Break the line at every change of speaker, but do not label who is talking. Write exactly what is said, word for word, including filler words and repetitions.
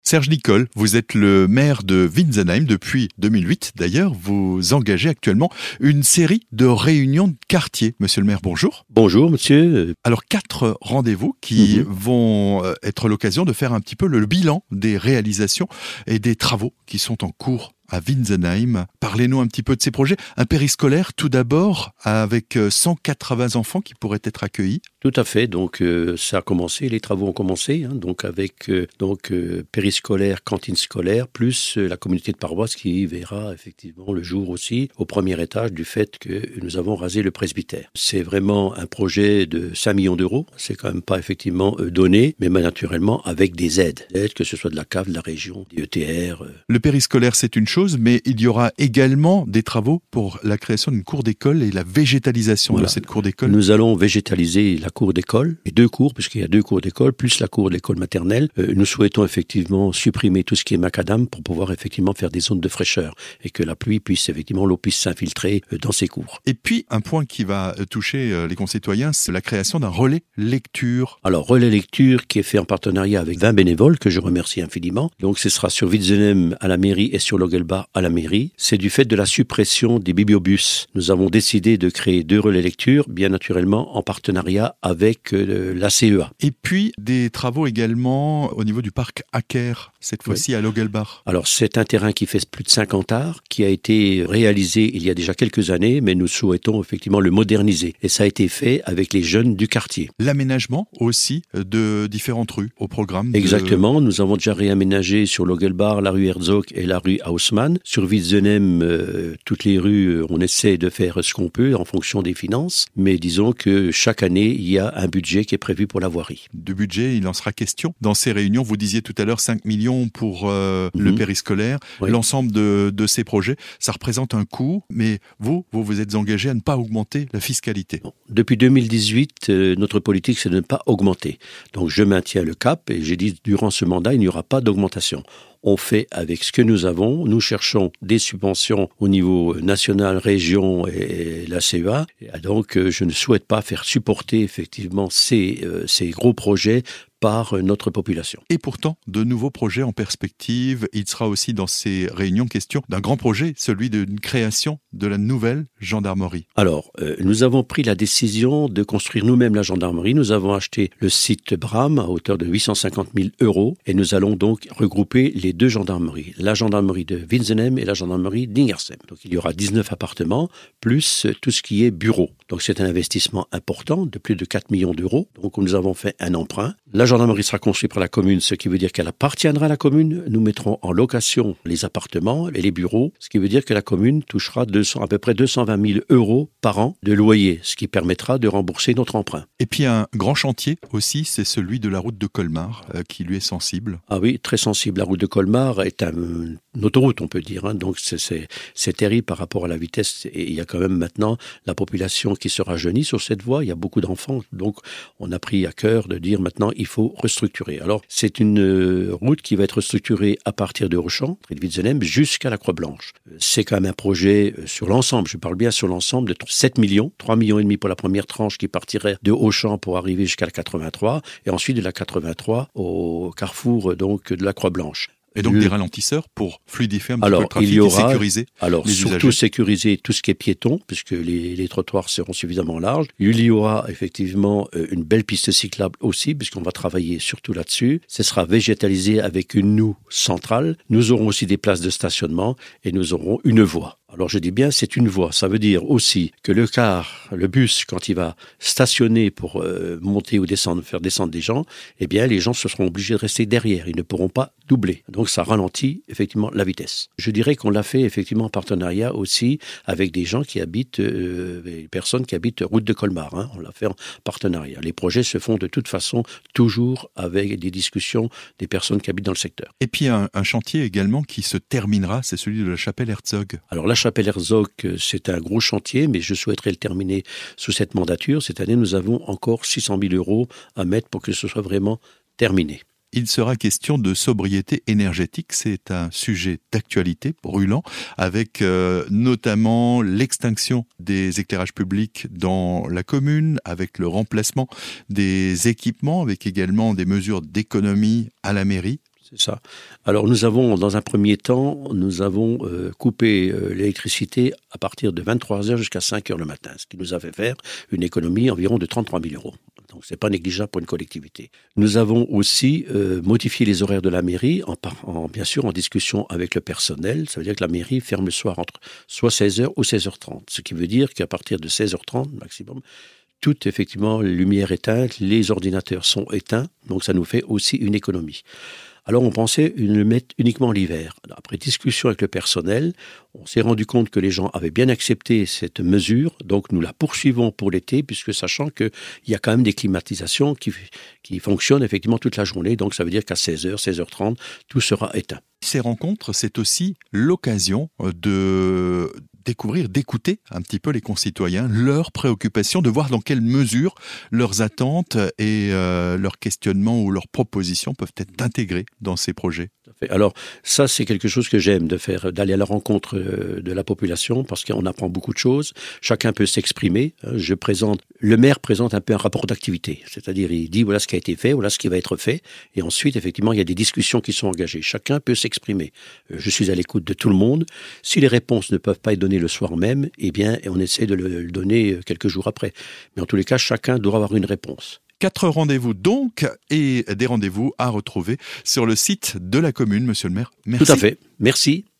Serge Nicole, vous êtes le maire de Wintzenheim depuis deux mille huit. D'ailleurs, vous engagez actuellement une série de réunions de quartier. Monsieur le maire, bonjour.
Bonjour, monsieur.
Alors, quatre rendez-vous qui mmh. vont être l'occasion de faire un petit peu le bilan des réalisations et des travaux qui sont en cours à Wintzenheim. Parlez-nous un petit peu de ces projets. Un périscolaire, tout d'abord, avec cent quatre-vingts enfants qui pourraient être accueillis.
Tout à fait. Donc, euh, ça a commencé, les travaux ont commencé, hein, donc avec euh, donc euh, périscolaire, cantine scolaire, plus euh, la communauté de paroisse qui verra effectivement le jour aussi au premier étage du fait que nous avons rasé le presbytère. C'est vraiment un projet de cinq millions d'euros. C'est quand même pas effectivement euh, donné, mais naturellement avec des aides. Des aides, que ce soit de la C A F, de la région, des E T R. Euh.
Le périscolaire, c'est une chose, mais il y aura également des travaux pour la création d'une cour d'école et la végétalisation voilà. de cette cour d'école.
Nous allons végétaliser la cour d'école, et deux cours, puisqu'il y a deux cours d'école, plus la cour de l'école maternelle. Euh, nous souhaitons effectivement supprimer tout ce qui est macadam pour pouvoir effectivement faire des zones de fraîcheur et que la pluie puisse effectivement, l'eau puisse s'infiltrer euh, dans ces cours.
Et puis, un point qui va toucher euh, les concitoyens, c'est la création d'un relais lecture.
Alors, relais lecture qui est fait en partenariat avec vingt bénévoles, que je remercie infiniment. Donc, ce sera sur Wintzenheim à la mairie et sur Logelbach à la mairie. C'est du fait de la suppression des bibliobus. Nous avons décidé de créer deux relais lecture, bien naturellement en partenariat avec euh, la C E A.
Et puis des travaux également au niveau du parc Acker, cette fois-ci oui. à Logelbach.
Alors c'est un terrain qui fait plus de cinquante arts, qui a été réalisé il y a déjà quelques années, mais nous souhaitons effectivement le moderniser. Et ça a été fait avec les jeunes du quartier.
L'aménagement aussi de différentes rues au programme. De...
Exactement, nous avons déjà réaménagé sur Logelbach la rue Herzog et la rue Haussmann. Sur Wintzenheim, euh, toutes les rues, on essaie de faire ce qu'on peut en fonction des finances, mais disons que chaque année, il y a un budget qui est prévu pour la voirie.
De budget, il en sera question. Dans ces réunions, vous disiez tout à l'heure cinq millions pour euh, mmh. le périscolaire. Oui. L'ensemble de, de ces projets, ça représente un coût, mais vous, vous vous êtes engagé à ne pas augmenter la fiscalité.
Bon. Depuis deux mille dix-huit, euh, notre politique, c'est de ne pas augmenter. Donc je maintiens le cap et j'ai dit, durant ce mandat, il n'y aura pas d'augmentation. On fait avec ce que nous avons. Nous cherchons des subventions au niveau national, région et la C E A. Et donc, je ne souhaite pas faire supporter effectivement ces, euh, ces gros projets par notre population.
Et pourtant, de nouveaux projets en perspective. Il sera aussi dans ces réunions question d'un grand projet, celui d'une création de la nouvelle gendarmerie.
Alors, euh, nous avons pris la décision de construire nous-mêmes la gendarmerie. Nous avons acheté le site Bram à hauteur de huit cent cinquante mille euros et nous allons donc regrouper les deux gendarmeries, la gendarmerie de Wintzenheim et la gendarmerie d'Ingersheim. Donc il y aura dix-neuf appartements plus tout ce qui est bureau. Donc c'est un investissement important de plus de quatre millions d'euros. Donc nous avons fait un emprunt. La gendarmerie sera construite par la commune, ce qui veut dire qu'elle appartiendra à la commune. Nous mettrons en location les appartements et les bureaux, ce qui veut dire que la commune touchera deux cents, à peu près deux cent vingt mille euros par an de loyer, ce qui permettra de rembourser notre emprunt.
Et puis un grand chantier aussi, c'est celui de la route de Colmar, euh, qui lui est sensible.
Ah oui, très sensible. La route de Colmar est un, une autoroute, on peut dire. Hein. Donc c'est, c'est, c'est terrible par rapport à la vitesse. Et il y a quand même maintenant la population qui se rajeunit sur cette voie. Il y a beaucoup d'enfants. Donc on a pris à cœur de dire maintenant il faut restructurer. Alors c'est une euh, route qui va être restructurée à partir de Auchan, près de Wintzenheim, jusqu'à la Croix-Blanche. C'est quand même un projet euh, sur l'ensemble, je parle bien sur l'ensemble, de sept millions, trois millions et demi pour la première tranche qui partirait de Auchan pour arriver jusqu'à la quatre-vingt-trois et ensuite de la quatre-vingt-trois au carrefour donc de la Croix-Blanche.
Et donc le... des ralentisseurs pour fluidifier un petit
alors,
peu le trafic
il y aura,
et sécuriser
alors,
les
surtout
usagers.
sécuriser tout ce qui est piéton, puisque les, les trottoirs seront suffisamment larges. Il y aura effectivement une belle piste cyclable aussi, puisqu'on va travailler surtout là-dessus. Ce sera végétalisé avec une noue centrale. Nous aurons aussi des places de stationnement et nous aurons une voie. Alors je dis bien c'est une voie, ça veut dire aussi que le car, le bus, quand il va stationner pour euh, monter ou descendre, faire descendre des gens, eh bien les gens se seront obligés de rester derrière, ils ne pourront pas doubler. Donc ça ralentit effectivement la vitesse. Je dirais qu'on l'a fait effectivement en partenariat aussi avec des gens qui habitent, euh, des personnes qui habitent route de Colmar, hein. On l'a fait en partenariat. Les projets se font de toute façon toujours avec des discussions des personnes qui habitent dans le secteur.
Et puis un, un chantier également qui se terminera, c'est celui de la chapelle Herzog.
Alors la chapelle Herzog, c'est un gros chantier, mais je souhaiterais le terminer sous cette mandature. Cette année, nous avons encore six cent mille euros à mettre pour que ce soit vraiment terminé.
Il sera question de sobriété énergétique. C'est un sujet d'actualité brûlant, avec euh, notamment l'extinction des éclairages publics dans la commune, avec le remplacement des équipements, avec également des mesures d'économie à la mairie.
C'est ça. Alors nous avons, dans un premier temps, nous avons euh, coupé euh, l'électricité à partir de vingt-trois heures jusqu'à cinq heures le matin, ce qui nous a fait faire une économie environ de trente-trois mille euros. Donc c'est pas négligeable pour une collectivité. Nous avons aussi euh, modifié les horaires de la mairie, en, en, bien sûr en discussion avec le personnel. Ça veut dire que la mairie ferme le soir entre soit seize heures ou seize heures trente, ce qui veut dire qu'à partir de seize heures trente maximum, toute effectivement lumière éteinte, les ordinateurs sont éteints, donc ça nous fait aussi une économie. Alors on pensait le mettre uniquement l'hiver. Après discussion avec le personnel, on s'est rendu compte que les gens avaient bien accepté cette mesure, donc nous la poursuivons pour l'été, puisque sachant qu'il y a quand même des climatisations qui, qui fonctionnent effectivement toute la journée, donc ça veut dire qu'à seize heures, seize heures trente, tout sera éteint.
Ces rencontres, c'est aussi l'occasion de découvrir, d'écouter un petit peu les concitoyens, leurs préoccupations, de voir dans quelle mesure leurs attentes et euh, leurs questionnements ou leurs propositions peuvent être intégrés dans ces projets.
Alors ça, c'est quelque chose que j'aime, de faire, d'aller à la rencontre de la population, parce qu'on apprend beaucoup de choses. Chacun peut s'exprimer. Je présente, le maire présente un peu un rapport d'activité, c'est-à-dire il dit voilà ce qui a été fait, voilà ce qui va être fait, et ensuite effectivement il y a des discussions qui sont engagées. Chacun peut s'exprimer. Je suis à l'écoute de tout le monde. Si les réponses ne peuvent pas être données le soir même, eh bien on essaie de le donner quelques jours après. Mais en tous les cas, chacun doit avoir une réponse.
Quatre rendez-vous donc, et des rendez-vous à retrouver sur le site de la commune, monsieur le maire. Merci.
Tout à fait. Merci.